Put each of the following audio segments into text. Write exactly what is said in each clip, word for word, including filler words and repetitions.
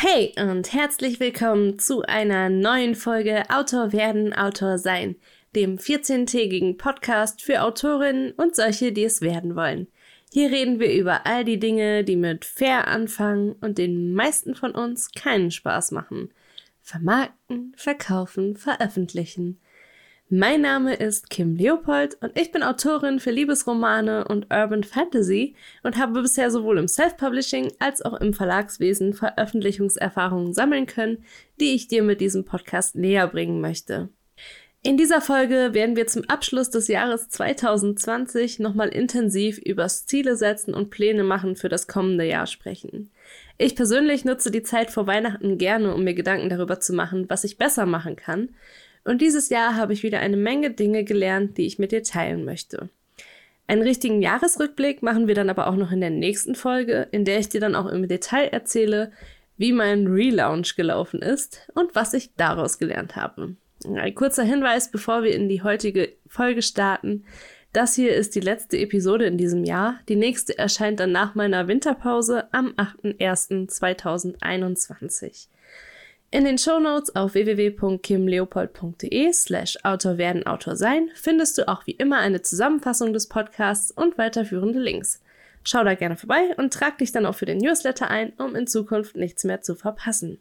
Hey und herzlich willkommen zu einer neuen Folge Autor werden, Autor sein, dem vierzehntägigen Podcast für Autorinnen und solche, die es werden wollen. Hier reden wir über all die Dinge, die mit fair anfangen und den meisten von uns keinen Spaß machen. Vermarkten, verkaufen, veröffentlichen. Mein Name ist Kim Leopold und ich bin Autorin für Liebesromane und Urban Fantasy und habe bisher sowohl im Self-Publishing als auch im Verlagswesen Veröffentlichungserfahrungen sammeln können, die ich dir mit diesem Podcast näher bringen möchte. In dieser Folge werden wir zum Abschluss des Jahres zwanzig zwanzig nochmal intensiv übers Ziele setzen und Pläne machen für das kommende Jahr sprechen. Ich persönlich nutze die Zeit vor Weihnachten gerne, um mir Gedanken darüber zu machen, was ich besser machen kann. Und dieses Jahr habe ich wieder eine Menge Dinge gelernt, die ich mit dir teilen möchte. Einen richtigen Jahresrückblick machen wir dann aber auch noch in der nächsten Folge, in der ich dir dann auch im Detail erzähle, wie mein Relaunch gelaufen ist und was ich daraus gelernt habe. Ein kurzer Hinweis, bevor wir in die heutige Folge starten. Das hier ist die letzte Episode in diesem Jahr. Die nächste erscheint dann nach meiner Winterpause am achter erster zweitausendeinundzwanzig. In den Shownotes auf w w w punkt kimleopold punkt de slash Autor werden, Autor sein findest du auch wie immer eine Zusammenfassung des Podcasts und weiterführende Links. Schau da gerne vorbei und trag dich dann auch für den Newsletter ein, um in Zukunft nichts mehr zu verpassen.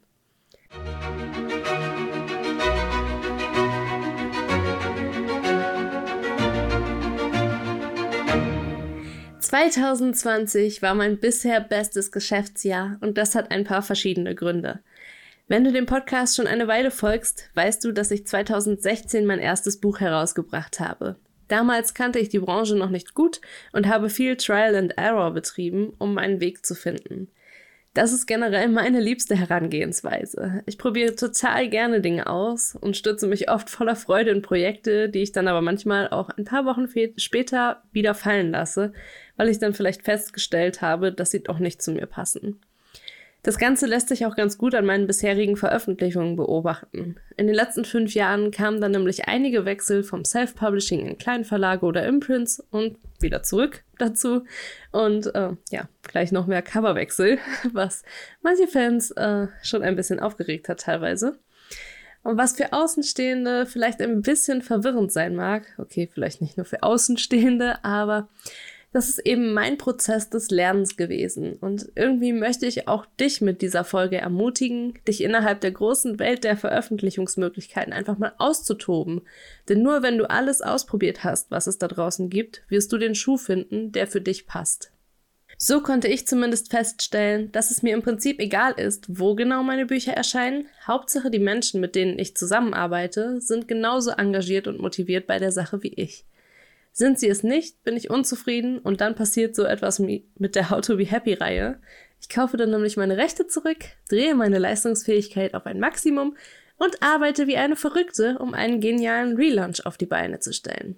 zwanzig zwanzig war mein bisher bestes Geschäftsjahr und das hat ein paar verschiedene Gründe. Wenn du dem Podcast schon eine Weile folgst, weißt du, dass ich zwanzig sechzehn mein erstes Buch herausgebracht habe. Damals kannte ich die Branche noch nicht gut und habe viel Trial and Error betrieben, um meinen Weg zu finden. Das ist generell meine liebste Herangehensweise. Ich probiere total gerne Dinge aus und stürze mich oft voller Freude in Projekte, die ich dann aber manchmal auch ein paar Wochen fe- später wieder fallen lasse, weil ich dann vielleicht festgestellt habe, dass sie doch nicht zu mir passen. Das Ganze lässt sich auch ganz gut an meinen bisherigen Veröffentlichungen beobachten. In den letzten fünf Jahren kamen dann nämlich einige Wechsel vom Self-Publishing in Kleinverlage oder Imprints und wieder zurück dazu. Und äh, ja, gleich noch mehr Coverwechsel, was manche Fans äh, schon ein bisschen aufgeregt hat teilweise. Und was für Außenstehende vielleicht ein bisschen verwirrend sein mag, okay, vielleicht nicht nur für Außenstehende, aber das ist eben mein Prozess des Lernens gewesen und irgendwie möchte ich auch dich mit dieser Folge ermutigen, dich innerhalb der großen Welt der Veröffentlichungsmöglichkeiten einfach mal auszutoben. Denn nur wenn du alles ausprobiert hast, was es da draußen gibt, wirst du den Schuh finden, der für dich passt. So konnte ich zumindest feststellen, dass es mir im Prinzip egal ist, wo genau meine Bücher erscheinen. Hauptsache die Menschen, mit denen ich zusammenarbeite, sind genauso engagiert und motiviert bei der Sache wie ich. Sind sie es nicht, bin ich unzufrieden und dann passiert so etwas mit der How to Be Happy-Reihe. Ich kaufe dann nämlich meine Rechte zurück, drehe meine Leistungsfähigkeit auf ein Maximum und arbeite wie eine Verrückte, um einen genialen Relaunch auf die Beine zu stellen.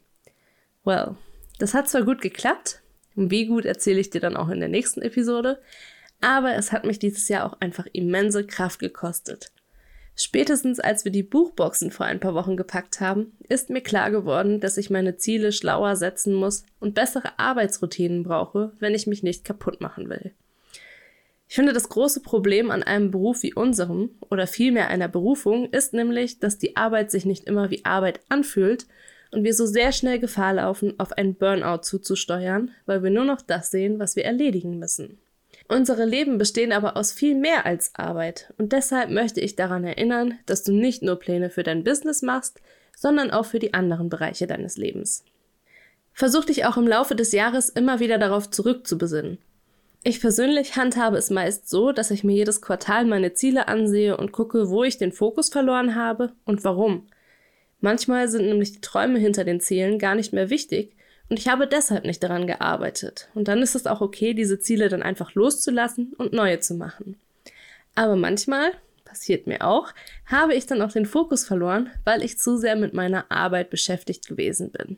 Well, das hat zwar gut geklappt, und wie gut erzähle ich dir dann auch in der nächsten Episode, aber es hat mich dieses Jahr auch einfach immense Kraft gekostet. Spätestens als wir die Buchboxen vor ein paar Wochen gepackt haben, ist mir klar geworden, dass ich meine Ziele schlauer setzen muss und bessere Arbeitsroutinen brauche, wenn ich mich nicht kaputt machen will. Ich finde, das große Problem an einem Beruf wie unserem oder vielmehr einer Berufung ist nämlich, dass die Arbeit sich nicht immer wie Arbeit anfühlt und wir so sehr schnell Gefahr laufen, auf einen Burnout zuzusteuern, weil wir nur noch das sehen, was wir erledigen müssen. Unsere Leben bestehen aber aus viel mehr als Arbeit und deshalb möchte ich daran erinnern, dass du nicht nur Pläne für dein Business machst, sondern auch für die anderen Bereiche deines Lebens. Versuch dich auch im Laufe des Jahres immer wieder darauf zurückzubesinnen. Ich persönlich handhabe es meist so, dass ich mir jedes Quartal meine Ziele ansehe und gucke, wo ich den Fokus verloren habe und warum. Manchmal sind nämlich die Träume hinter den Zielen gar nicht mehr wichtig, und ich habe deshalb nicht daran gearbeitet. Und dann ist es auch okay, diese Ziele dann einfach loszulassen und neue zu machen. Aber manchmal, passiert mir auch, habe ich dann auch den Fokus verloren, weil ich zu sehr mit meiner Arbeit beschäftigt gewesen bin.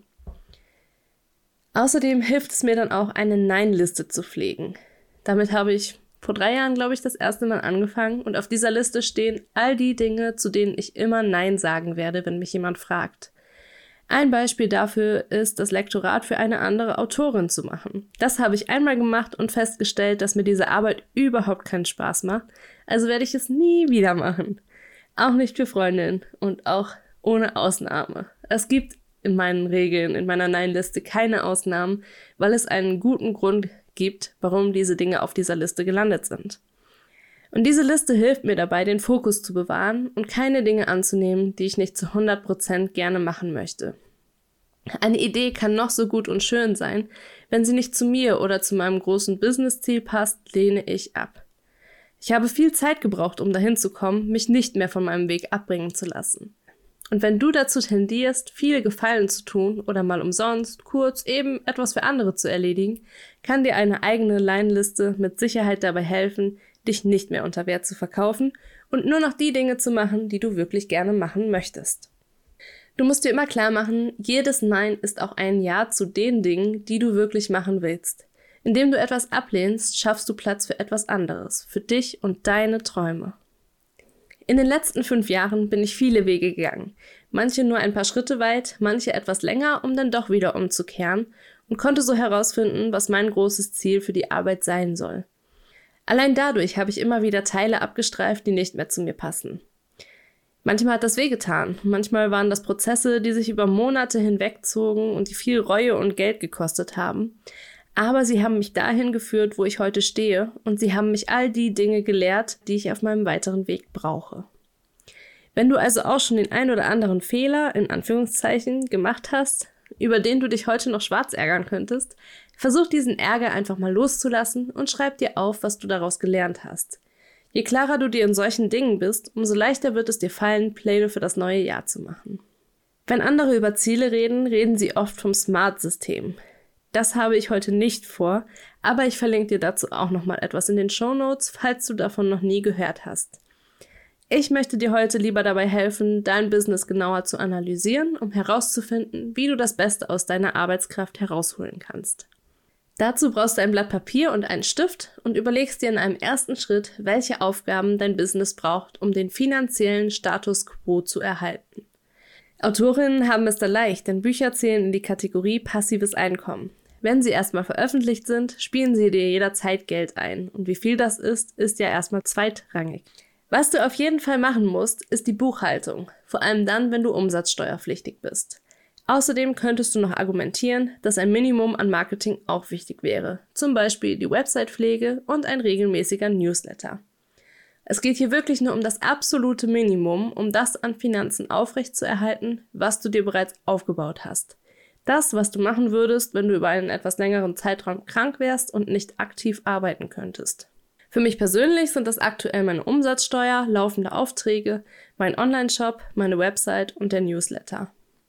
Außerdem hilft es mir dann auch, eine Nein-Liste zu pflegen. Damit habe ich vor drei Jahren, glaube ich, das erste Mal angefangen und auf dieser Liste stehen all die Dinge, zu denen ich immer Nein sagen werde, wenn mich jemand fragt. Ein Beispiel dafür ist, das Lektorat für eine andere Autorin zu machen. Das habe ich einmal gemacht und festgestellt, dass mir diese Arbeit überhaupt keinen Spaß macht, Also werde ich es nie wieder machen. Auch nicht für Freundinnen und auch ohne Ausnahme. Es gibt in meinen Regeln, in meiner Nein-Liste keine Ausnahmen, weil es einen guten Grund gibt, warum diese Dinge auf dieser Liste gelandet sind. Und diese Liste hilft mir dabei, den Fokus zu bewahren und keine Dinge anzunehmen, die ich nicht zu hundert Prozent gerne machen möchte. Eine Idee kann noch so gut und schön sein, wenn sie nicht zu mir oder zu meinem großen Business-Ziel passt, lehne ich ab. Ich habe viel Zeit gebraucht, um dahin zu kommen, mich nicht mehr von meinem Weg abbringen zu lassen. Und wenn du dazu tendierst, viele Gefallen zu tun oder mal umsonst, kurz eben etwas für andere zu erledigen, kann dir eine eigene Line-Liste mit Sicherheit dabei helfen, dich nicht mehr unter Wert zu verkaufen und nur noch die Dinge zu machen, die du wirklich gerne machen möchtest. Du musst dir immer klar machen, jedes Nein ist auch ein Ja zu den Dingen, die du wirklich machen willst. Indem du etwas ablehnst, schaffst du Platz für etwas anderes, für dich und deine Träume. In den letzten fünf Jahren bin ich viele Wege gegangen, manche nur ein paar Schritte weit, manche etwas länger, um dann doch wieder umzukehren und konnte so herausfinden, was mein großes Ziel für die Arbeit sein soll. Allein dadurch habe ich immer wieder Teile abgestreift, die nicht mehr zu mir passen. Manchmal hat das wehgetan, manchmal waren das Prozesse, die sich über Monate hinwegzogen und die viel Reue und Geld gekostet haben. Aber sie haben mich dahin geführt, wo ich heute stehe, und sie haben mich all die Dinge gelehrt, die ich auf meinem weiteren Weg brauche. Wenn du also auch schon den ein oder anderen Fehler, in Anführungszeichen, gemacht hast, über den du dich heute noch schwarz ärgern könntest, versuch diesen Ärger einfach mal loszulassen und schreib dir auf, was du daraus gelernt hast. Je klarer du dir in solchen Dingen bist, umso leichter wird es dir fallen, Pläne für das neue Jahr zu machen. Wenn andere über Ziele reden, reden sie oft vom SMART-System. Das habe ich heute nicht vor, aber ich verlinke dir dazu auch nochmal etwas in den Shownotes, falls du davon noch nie gehört hast. Ich möchte dir heute lieber dabei helfen, dein Business genauer zu analysieren, um herauszufinden, wie du das Beste aus deiner Arbeitskraft herausholen kannst. Dazu brauchst du ein Blatt Papier und einen Stift und überlegst dir in einem ersten Schritt, welche Aufgaben dein Business braucht, um den finanziellen Status quo zu erhalten. Autorinnen haben es da leicht, denn Bücher zählen in die Kategorie passives Einkommen. Wenn sie erstmal veröffentlicht sind, spielen sie dir jederzeit Geld ein. Und wie viel das ist, ist ja erstmal zweitrangig. Was du auf jeden Fall machen musst, ist die Buchhaltung. Vor allem dann, wenn du umsatzsteuerpflichtig bist. Außerdem könntest du noch argumentieren, dass ein Minimum an Marketing auch wichtig wäre. Zum Beispiel die Website-Pflege und ein regelmäßiger Newsletter. Es geht hier wirklich nur um das absolute Minimum, um das an Finanzen aufrechtzuerhalten, was du dir bereits aufgebaut hast. Das, was du machen würdest, wenn du über einen etwas längeren Zeitraum krank wärst und nicht aktiv arbeiten könntest. Für mich persönlich sind das aktuell meine Umsatzsteuer, laufende Aufträge, mein Online-Shop, meine Website und der Newsletter.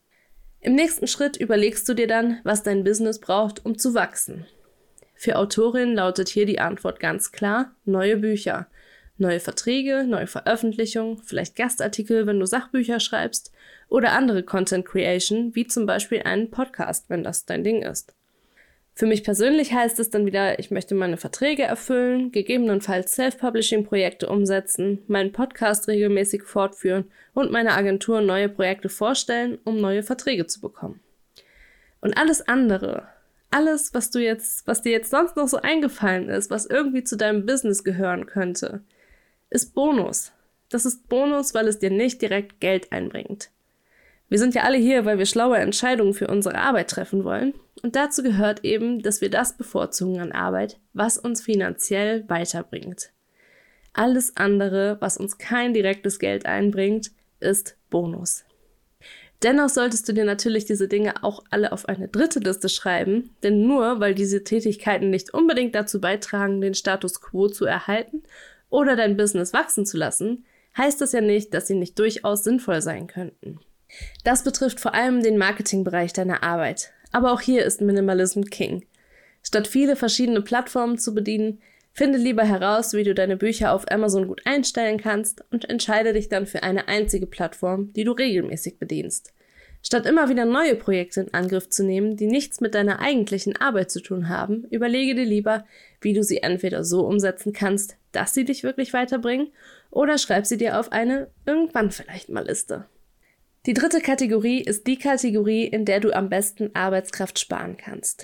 Im nächsten Schritt überlegst du dir dann, was dein Business braucht, um zu wachsen. Für Autorinnen lautet hier die Antwort ganz klar: neue Bücher. Neue Verträge, neue Veröffentlichungen, vielleicht Gastartikel, wenn du Sachbücher schreibst, oder andere Content Creation, wie zum Beispiel einen Podcast, wenn das dein Ding ist. Für mich persönlich heißt es dann wieder, ich möchte meine Verträge erfüllen, gegebenenfalls Self-Publishing-Projekte umsetzen, meinen Podcast regelmäßig fortführen und meiner Agentur neue Projekte vorstellen, um neue Verträge zu bekommen. Und alles andere, alles, was du jetzt, was dir jetzt sonst noch so eingefallen ist, was irgendwie zu deinem Business gehören könnte, ist Bonus. Das ist Bonus, weil es dir nicht direkt Geld einbringt. Wir sind ja alle hier, weil wir schlaue Entscheidungen für unsere Arbeit treffen wollen. Und dazu gehört eben, dass wir das bevorzugen an Arbeit, was uns finanziell weiterbringt. Alles andere, was uns kein direktes Geld einbringt, ist Bonus. Dennoch solltest du dir natürlich diese Dinge auch alle auf eine dritte Liste schreiben, denn nur weil diese Tätigkeiten nicht unbedingt dazu beitragen, den Status quo zu erhalten oder dein Business wachsen zu lassen, heißt das ja nicht, dass sie nicht durchaus sinnvoll sein könnten. Das betrifft vor allem den Marketingbereich deiner Arbeit, aber auch hier ist Minimalism King. Statt viele verschiedene Plattformen zu bedienen, finde lieber heraus, wie du deine Bücher auf Amazon gut einstellen kannst und entscheide dich dann für eine einzige Plattform, die du regelmäßig bedienst. Statt immer wieder neue Projekte in Angriff zu nehmen, die nichts mit deiner eigentlichen Arbeit zu tun haben, überlege dir lieber, wie du sie entweder so umsetzen kannst, dass sie dich wirklich weiterbringen, oder schreib sie dir auf eine irgendwann vielleicht mal Liste. Die dritte Kategorie ist die Kategorie, in der du am besten Arbeitskraft sparen kannst.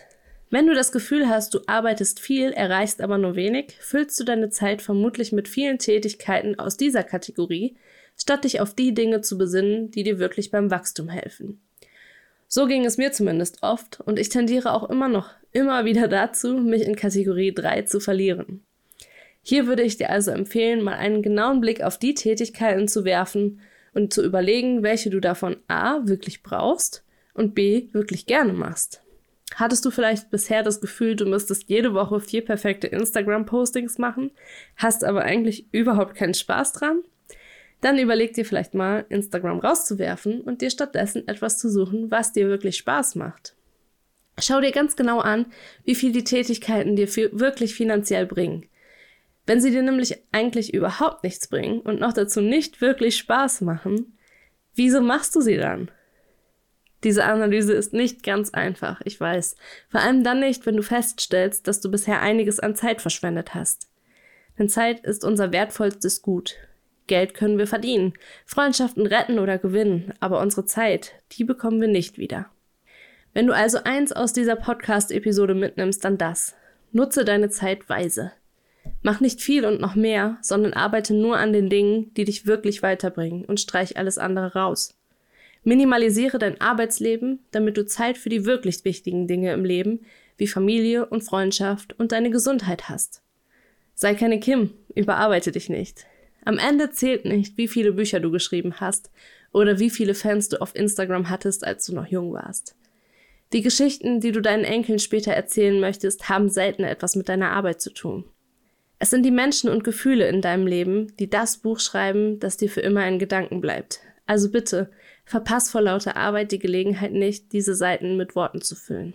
Wenn du das Gefühl hast, du arbeitest viel, erreichst aber nur wenig, füllst du deine Zeit vermutlich mit vielen Tätigkeiten aus dieser Kategorie, statt dich auf die Dinge zu besinnen, die dir wirklich beim Wachstum helfen. So ging es mir zumindest oft und ich tendiere auch immer noch immer wieder dazu, mich in Kategorie drei zu verlieren. Hier würde ich dir also empfehlen, mal einen genauen Blick auf die Tätigkeiten zu werfen und zu überlegen, welche du davon a. wirklich brauchst und b. wirklich gerne machst. Hattest du vielleicht bisher das Gefühl, du müsstest jede Woche vier perfekte Instagram-Postings machen, hast aber eigentlich überhaupt keinen Spaß dran? Dann überleg dir vielleicht mal, Instagram rauszuwerfen und dir stattdessen etwas zu suchen, was dir wirklich Spaß macht. Schau dir ganz genau an, wie viel die Tätigkeiten dir wirklich finanziell bringen. Wenn sie dir nämlich eigentlich überhaupt nichts bringen und noch dazu nicht wirklich Spaß machen, wieso machst du sie dann? Diese Analyse ist nicht ganz einfach, ich weiß. Vor allem dann nicht, wenn du feststellst, dass du bisher einiges an Zeit verschwendet hast. Denn Zeit ist unser wertvollstes Gut. Geld können wir verdienen, Freundschaften retten oder gewinnen, aber unsere Zeit, die bekommen wir nicht wieder. Wenn du also eins aus dieser Podcast-Episode mitnimmst, dann das. Nutze deine Zeit weise. Mach nicht viel und noch mehr, sondern arbeite nur an den Dingen, die dich wirklich weiterbringen und streich alles andere raus. Minimalisiere dein Arbeitsleben, damit du Zeit für die wirklich wichtigen Dinge im Leben, wie Familie und Freundschaft und deine Gesundheit hast. Sei keine Kim, überarbeite dich nicht. Am Ende zählt nicht, wie viele Bücher du geschrieben hast oder wie viele Fans du auf Instagram hattest, als du noch jung warst. Die Geschichten, die du deinen Enkeln später erzählen möchtest, haben selten etwas mit deiner Arbeit zu tun. Es sind die Menschen und Gefühle in deinem Leben, die das Buch schreiben, das dir für immer in Gedanken bleibt. Also bitte, verpass vor lauter Arbeit die Gelegenheit nicht, diese Seiten mit Worten zu füllen.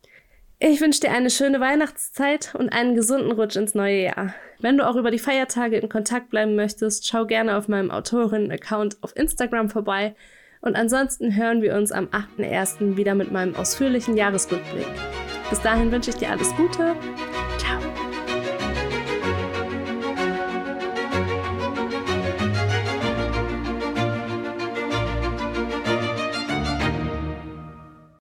Ich wünsche dir eine schöne Weihnachtszeit und einen gesunden Rutsch ins neue Jahr. Wenn du auch über die Feiertage in Kontakt bleiben möchtest, schau gerne auf meinem Autorinnen-Account auf Instagram vorbei und ansonsten hören wir uns am achten ersten wieder mit meinem ausführlichen Jahresrückblick. Bis dahin wünsche ich dir alles Gute. Ciao.